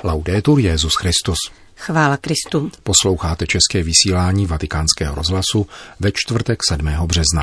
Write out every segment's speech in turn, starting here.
Laudetur Jesus Christus. Chvála Kristu. Posloucháte české vysílání Vatikánského rozhlasu ve čtvrtek 7. března.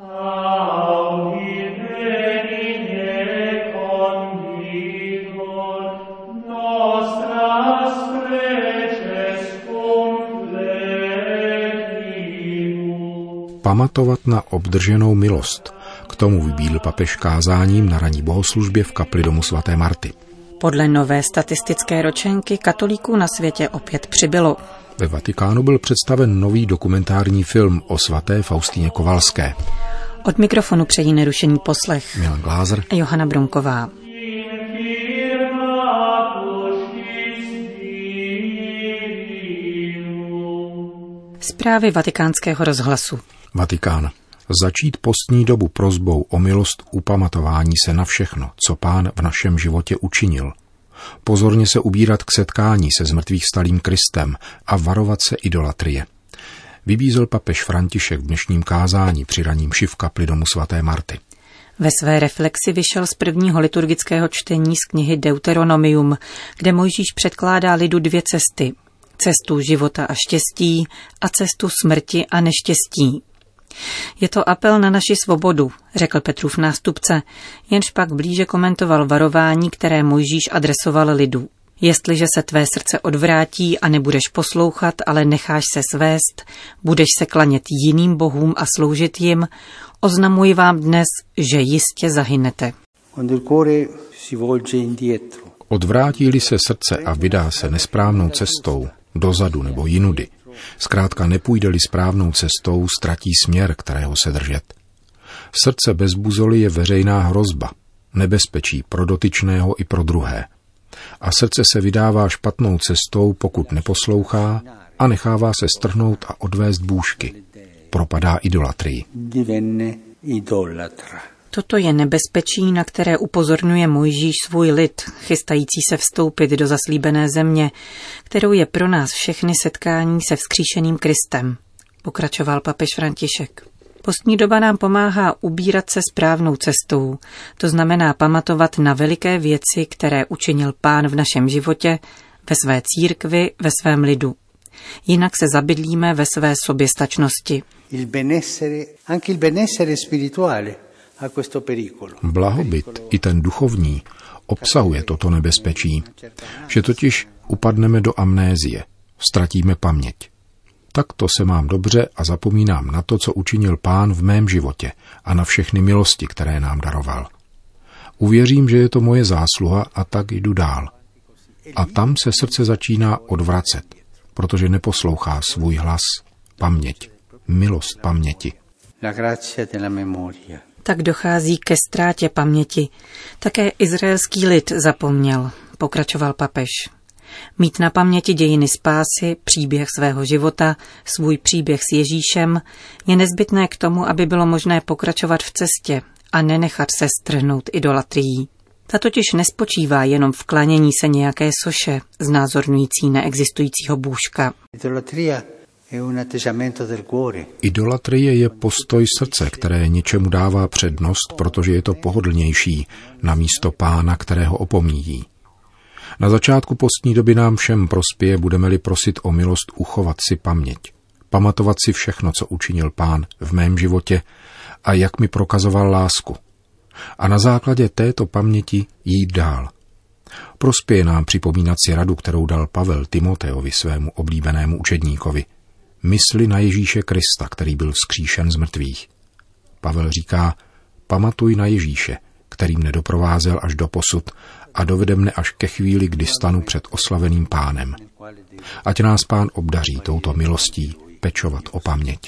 Pamatovat na obdrženou milost. K tomu vybídl papež kázáním na ranní bohoslužbě v kapli domu svaté Marty. Podle nové statistické ročenky katolíků na světě opět přibylo. Ve Vatikánu byl představen nový dokumentární film o svaté Faustíně Kovalské. Od mikrofonu přejí nerušený poslech Milan Glázer a Johana Brunková. Zprávy Vatikánského rozhlasu. Vatikán. Začít postní dobu prosbou o milost upamatování se na všechno, co Pán v našem životě učinil. Pozorně se ubírat k setkání se zmrtvýchvstalým Kristem a varovat se idolatrie. Vybízel papež František v dnešním kázání při ranní mši v kapli domu svaté Marty. Ve své reflexi vyšel z prvního liturgického čtení z knihy Deuteronomium, kde Mojžíš předkládá lidu dvě cesty. Cestu života a štěstí a cestu smrti a neštěstí. Je to apel na naši svobodu, řekl Petrův nástupce, jenž pak blíže komentoval varování, které Mojžíš adresoval lidu. Jestliže se tvé srdce odvrátí a nebudeš poslouchat, ale necháš se svést, budeš se klanět jiným bohům a sloužit jim, oznamuji vám dnes, že jistě zahynete. Odvrátí-li se srdce a vydá se nesprávnou cestou, dozadu nebo jinudy, zkrátka nepůjde-li správnou cestou, ztratí směr, kterého se držet. Srdce bez buzoly je veřejná hrozba, nebezpečí pro dotyčného i pro druhé. A srdce se vydává špatnou cestou, pokud neposlouchá a nechává se strhnout a odvést bůžky. Propadá idolatrii. Toto je nebezpečí, na které upozorňuje Mojžíš svůj lid, chystající se vstoupit do zaslíbené země, kterou je pro nás všechny setkání se vzkříšeným Kristem, pokračoval papež František. Postní doba nám pomáhá ubírat se správnou cestou, to znamená pamatovat na veliké věci, které učinil Pán v našem životě, ve své církvi, ve svém lidu. Jinak se zabydlíme ve své soběstačnosti. Blahobyt, i ten duchovní, obsahuje toto nebezpečí, že totiž upadneme do amnézie, ztratíme paměť. Takto se mám dobře a zapomínám na to, co učinil Pán v mém životě a na všechny milosti, které nám daroval. Uvěřím, že je to moje zásluha a tak jdu dál. A tam se srdce začíná odvracet, protože neposlouchá svůj hlas, paměť, milost paměti. Tak dochází ke ztrátě paměti. Také izraelský lid zapomněl, pokračoval papež. Mít na paměti dějiny spásy, příběh svého života, svůj příběh s Ježíšem je nezbytné k tomu, aby bylo možné pokračovat v cestě a nenechat se strhnout idolatrií. Ta totiž nespočívá jenom v klanění se nějaké soše, znázorňující neexistujícího bůžka. Idolatrie je postoj srdce, které něčemu dává přednost, protože je to pohodlnější, namísto Pána, kterého opomíjí. Na začátku postní doby nám všem prospěje, budeme-li prosit o milost uchovat si paměť, pamatovat si všechno, co učinil Pán v mém životě a jak mi prokazoval lásku. A na základě této paměti jít dál. Prospěje nám připomínat si radu, kterou dal Pavel Timoteovi, svému oblíbenému učedníkovi. Mysli na Ježíše Krista, který byl vzkříšen z mrtvých. Pavel říká, pamatuj na Ježíše, který mne doprovázel až do posud a dovede mne až ke chvíli, kdy stanu před oslaveným Pánem. Ať nás Pán obdaří touto milostí pečovat o paměť.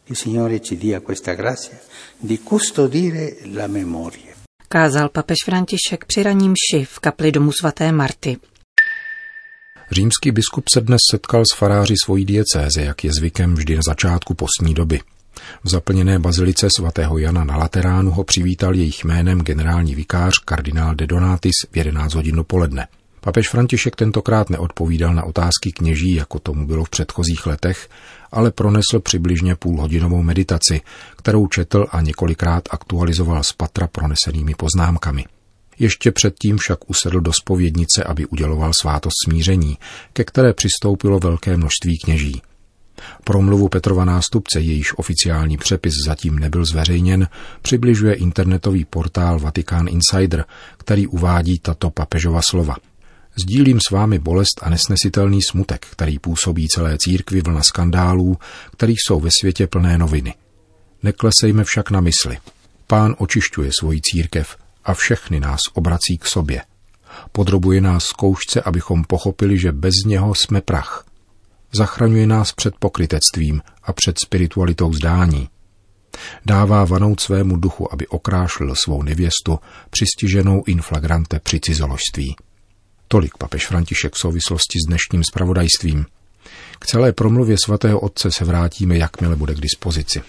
Kázal papež František při ranní mši v kapli domu svaté Marty. Římský biskup se dnes setkal s faráři svojí diecéze, jak je zvykem vždy na začátku postní doby. V zaplněné bazilice svatého Jana na Lateránu ho přivítal jejich jménem generální vikář kardinál de Donatis v 11 hodin dopoledne. Papež František tentokrát neodpovídal na otázky kněží, jako tomu bylo v předchozích letech, ale pronesl přibližně půlhodinovou meditaci, kterou četl a několikrát aktualizoval z patra pronesenými poznámkami. Ještě předtím však usedl do zpovědnice, aby uděloval svátost smíření, ke které přistoupilo velké množství kněží. Promluvu Petrova nástupce, jejíž oficiální přepis zatím nebyl zveřejněn, přibližuje internetový portál Vatican Insider, který uvádí tato papežova slova. Sdílím s vámi bolest a nesnesitelný smutek, který působí celé církvi vlna skandálů, kterých jsou ve světě plné noviny. Neklesejme však na mysli. Pán očišťuje svoji církev a všechny nás obrací k sobě. Podrobuje nás zkoušce, abychom pochopili, že bez něho jsme prach. Zachraňuje nás před pokrytectvím a před spiritualitou zdání. Dává vanout svému duchu, aby okrášlil svou nevěstu, přistiženou in flagrante při cizoložství. Tolik papež František v souvislosti s dnešním zpravodajstvím. K celé promluvě svatého otce se vrátíme, jakmile bude k dispozici.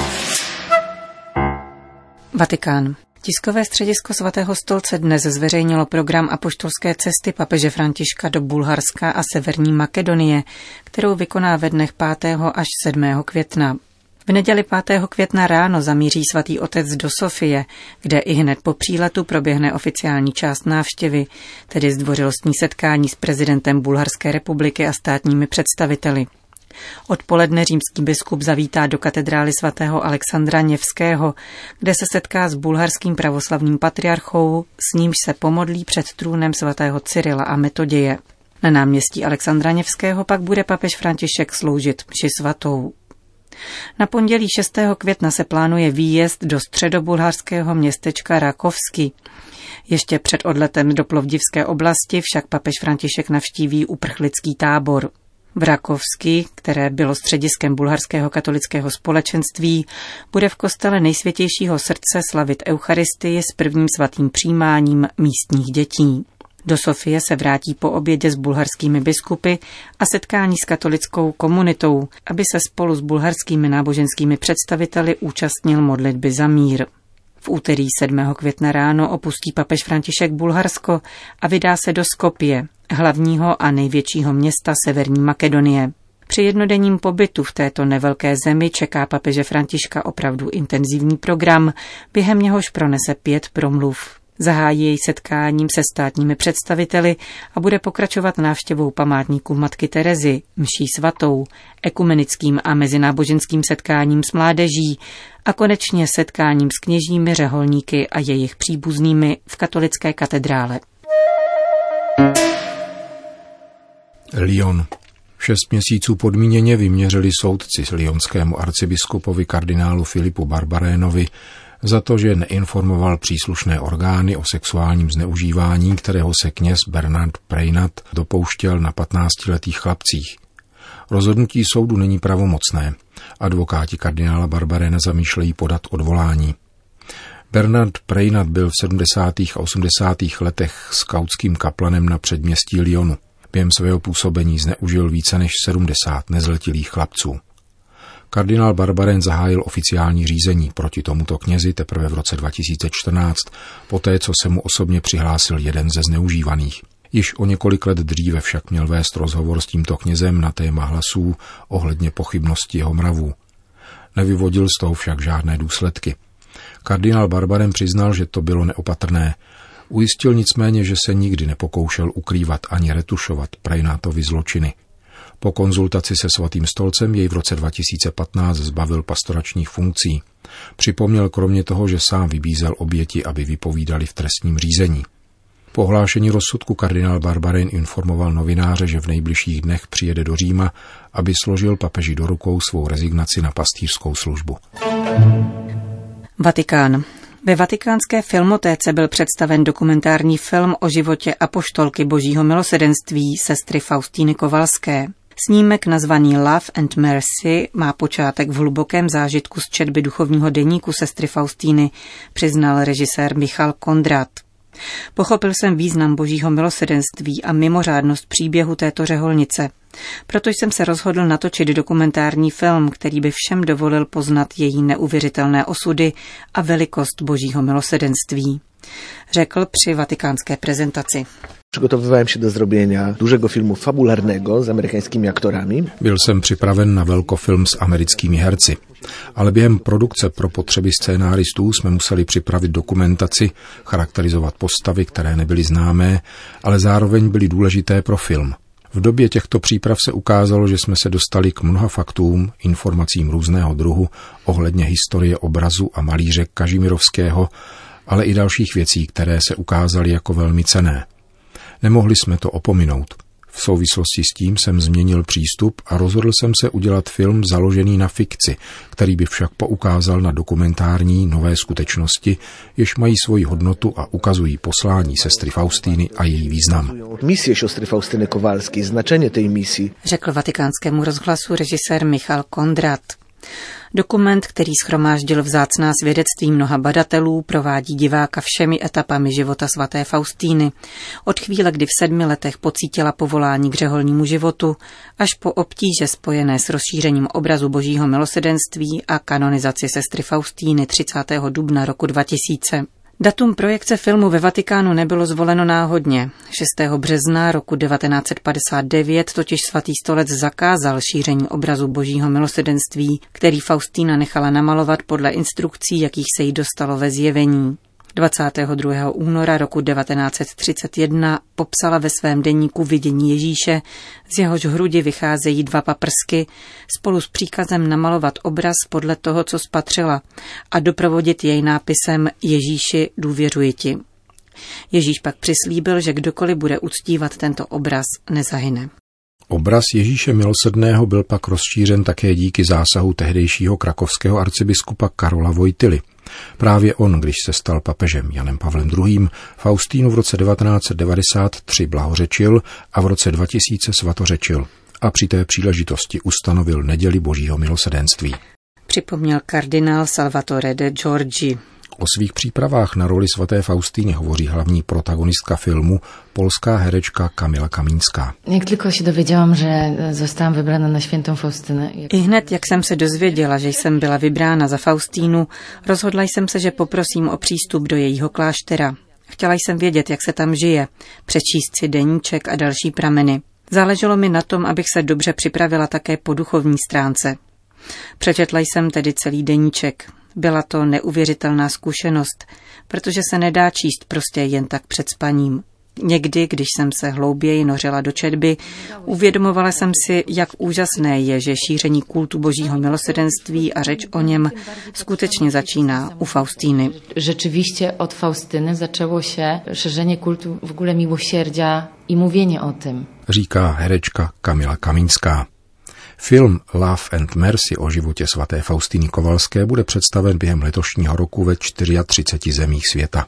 Vatikán. Tiskové středisko svatého stolce dnes zveřejnilo program apoštolské cesty papeže Františka do Bulharska a Severní Makedonie, kterou vykoná ve dnech 5. až 7. května. V neděli 5. května ráno zamíří svatý otec do Sofie, kde i hned po příletu proběhne oficiální část návštěvy, tedy zdvořilostní setkání s prezidentem Bulharské republiky a státními představiteli. Odpoledne římský biskup zavítá do katedrály svatého Alexandra Nevského, kde se setká s bulharským pravoslavným patriarchou, s nímž se pomodlí před trůnem svatého Cyrila a Metoděje. Na náměstí Alexandra Nevského pak bude papež František sloužit mši svatou. Na pondělí 6. května se plánuje výjezd do středobulharského městečka Rakovsky. Ještě před odletem do Plovdivské oblasti však papež František navštíví uprchlický tábor. V Rakovsky, které bylo střediskem bulharského katolického společenství, bude v kostele Nejsvětějšího srdce slavit eucharistii s prvním svatým přijímáním místních dětí. Do Sofie se vrátí po obědě s bulharskými biskupy a setkání s katolickou komunitou, aby se spolu s bulharskými náboženskými představiteli účastnil modlitby za mír. V úterý 7. května ráno opustí papež František Bulharsko a vydá se do Skopje, hlavního a největšího města Severní Makedonie. Při jednodenním pobytu v této nevelké zemi čeká papeže Františka opravdu intenzivní program, během něhož pronese 5 promluv. Zahájí jej setkáním se státními představiteli a bude pokračovat návštěvou památníku matky Terezy, mší svatou, ekumenickým a mezináboženským setkáním s mládeží a konečně setkáním s kněžími, řeholníky a jejich příbuznými v katolické katedrále. Lyon. 6 měsíců podmíněně vyměřili soudci lyonskému arcibiskupovi kardinálu Filipu Barbarénovi za to, že neinformoval příslušné orgány o sexuálním zneužívání, kterého se kněz Bernard Preinat dopouštěl na 15letých chlapcích. Rozhodnutí soudu není pravomocné. Advokáti kardinála Barbaréna zamýšlejí podat odvolání. Bernard Preinat byl v 70. a 80. letech skautským kaplanem na předměstí Lyonu. Během svého působení zneužil více než 70 nezletilých chlapců. Kardinál Barbarén zahájil oficiální řízení proti tomuto knězi teprve v roce 2014, poté co se mu osobně přihlásil jeden ze zneužívaných. Již o několik let dříve však měl vést rozhovor s tímto knězem na téma hlasů ohledně pochybnosti jeho mravů. Nevyvodil z toho však žádné důsledky. Kardinál Barbarén přiznal, že to bylo neopatrné. Ujistil nicméně, že se nikdy nepokoušel ukrývat ani retušovat Preinatovy zločiny. Po konzultaci se svatým stolcem jej v roce 2015 zbavil pastoračních funkcí. Připomněl kromě toho, že sám vybízel oběti, aby vypovídali v trestním řízení. Po ohlášení rozsudku kardinál Barbarén informoval novináře, že v nejbližších dnech přijede do Říma, aby složil papeži do rukou svou rezignaci na pastýřskou službu. Vatikán. Ve vatikánské filmotéce byl představen dokumentární film o životě apoštolky Božího milosrdenství sestry Faustíny Kovalské. Snímek nazvaný Love and Mercy má počátek v hlubokém zážitku z četby duchovního deníku sestry Faustíny, přiznal režisér Michal Kondrat. Pochopil jsem význam Božího milosrdenství a mimořádnost příběhu této řeholnice. Proto jsem se rozhodl natočit dokumentární film, který by všem dovolil poznat její neuvěřitelné osudy a velikost Božího milosrdenství. řekl při vatikánské prezentaci. Przygotowywałem się do zrobienia dużego filmu fabularnego z amerykańskimi aktorami. Byl jsem připraven na velkofilm s americkými herci, ale během produkce pro potřeby scénáristů jsme museli připravit dokumentaci, charakterizovat postavy, které nebyly známé, ale zároveň byly důležité pro film. V době těchto příprav se ukázalo, že jsme se dostali k mnoha faktům, informacím různého druhu ohledně historie obrazu a malíře Kažimirovského, ale i dalších věcí, které se ukázaly jako velmi cenné. Nemohli jsme to opominout. V souvislosti s tím jsem změnil přístup a rozhodl jsem se udělat film založený na fikci, který by však poukázal na dokumentární nové skutečnosti, jež mají svoji hodnotu a ukazují poslání sestry Faustýny a její význam. Misie siostry Faustyny Kowalskiej, značení té misii, řekl Vatikánskému rozhlasu režisér Michal Kondrat. Dokument, který shromáždil vzácná svědectví mnoha badatelů, provádí diváka všemi etapami života svaté Faustýny. Od chvíle, kdy v 7 letech pocítila povolání k řeholnímu životu, až po obtíže spojené s rozšířením obrazu Božího milosrdenství a kanonizaci sestry Faustýny 30. dubna roku 2000. Datum projekce filmu ve Vatikánu nebylo zvoleno náhodně. 6. března roku 1959 totiž svatý stolec zakázal šíření obrazu Božího milosrdenství, který Faustýna nechala namalovat podle instrukcí, jakých se jí dostalo ve zjevení. 22. února roku 1931 popsala ve svém deníku vidění Ježíše, z jehož hrudi vycházejí 2 paprsky, spolu s příkazem namalovat obraz podle toho, co spatřila, a doprovodit jej nápisem Ježíši, důvěřuji ti. Ježíš pak přislíbil, že kdokoliv bude uctívat tento obraz, nezahyne. Obraz Ježíše milosrdného byl pak rozšířen také díky zásahu tehdejšího krakovského arcibiskupa Karola Wojtyly. Právě on, když se stal papežem Janem Pavlem II., Faustýnu v roce 1993 blahořečil a v roce 2000 svatořečil a při té příležitosti ustanovil neděli Božího milosrdenství. Připomněl kardinál Salvatore de Giorgi. O svých přípravách na roli svaté Faustýny hovoří hlavní protagonistka filmu, polská herečka Kamila Kamińská. Jak tylko się dowiedziałam, že zostałam vybrana na świętą Faustynę. Ihned, jak jsem se dozvěděla, že jsem byla vybrána za Faustínu, rozhodla jsem se, že poprosím o přístup do jejího kláštera. Chtěla jsem vědět, jak se tam žije, přečíst si deníček a další prameny. Záleželo mi na tom, abych se dobře připravila také po duchovní stránce. Přečetla jsem tedy celý deníček. Byla to neuvěřitelná zkušenost, protože se nedá číst prostě jen tak před spaním. Někdy, když jsem se hlouběji nořila do četby, uvědomovala jsem si, jak úžasné je, že šíření kultu Božího milosrdenství a řeč o něm skutečně začíná u Faustýny. Rzeczywiście od Faustyny zaczęło się szerzenie kultu w ogóle miłosierdzia i mówienie o tym. Říká herečka Kamila Kamińská. Film Love and Mercy o životě svaté Faustýny Kowalské bude představen během letošního roku ve 34 zemích světa.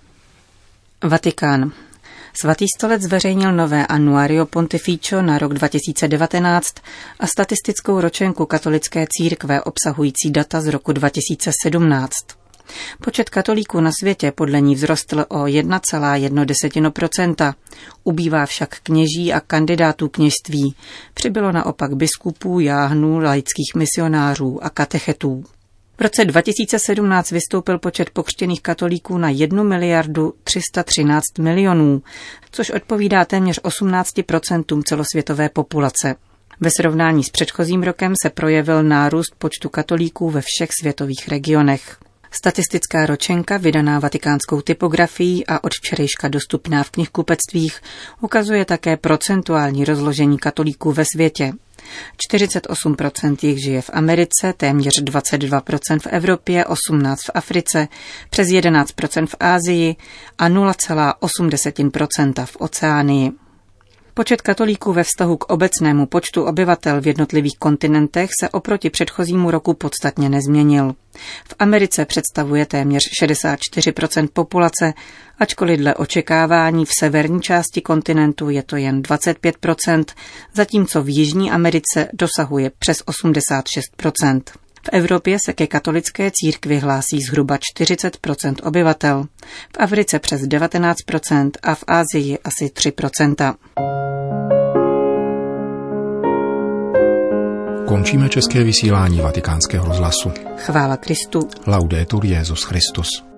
Vatikán. Svatý stolec zveřejnil nové Annuario Pontificio na rok 2019 a statistickou ročenku katolické církve obsahující data z roku 2017. Počet katolíků na světě podle ní vzrostl o 1,1%. Ubývá však kněží a kandidátů kněžství. Přibylo naopak biskupů, jáhnů, laických misionářů a katechetů. V roce 2017 vystoupil počet pokřtěných katolíků na 1 miliardu 313 milionů, což odpovídá téměř 18% celosvětové populace. Ve srovnání s předchozím rokem se projevil nárůst počtu katolíků ve všech světových regionech. Statistická ročenka, vydaná vatikánskou typografií a od včerejška dostupná v knihkupectvích, ukazuje také procentuální rozložení katolíků ve světě. 48% jich žije v Americe, téměř 22% v Evropě, 18% v Africe, přes 11% v Asii a 0,8% v Oceánii. Počet katolíků ve vztahu k obecnému počtu obyvatel v jednotlivých kontinentech se oproti předchozímu roku podstatně nezměnil. V Americe představuje téměř 64% populace, ačkoliv dle očekávání v severní části kontinentu je to jen 25%, zatímco v Jižní Americe dosahuje přes 86%. V Evropě se ke katolické církvi hlásí zhruba 40% obyvatel, v Africe přes 19% a v Asii asi 3%. Končíme české vysílání Vatikánského rozhlasu. Chvála Kristu. Laudetur Jesus Christus.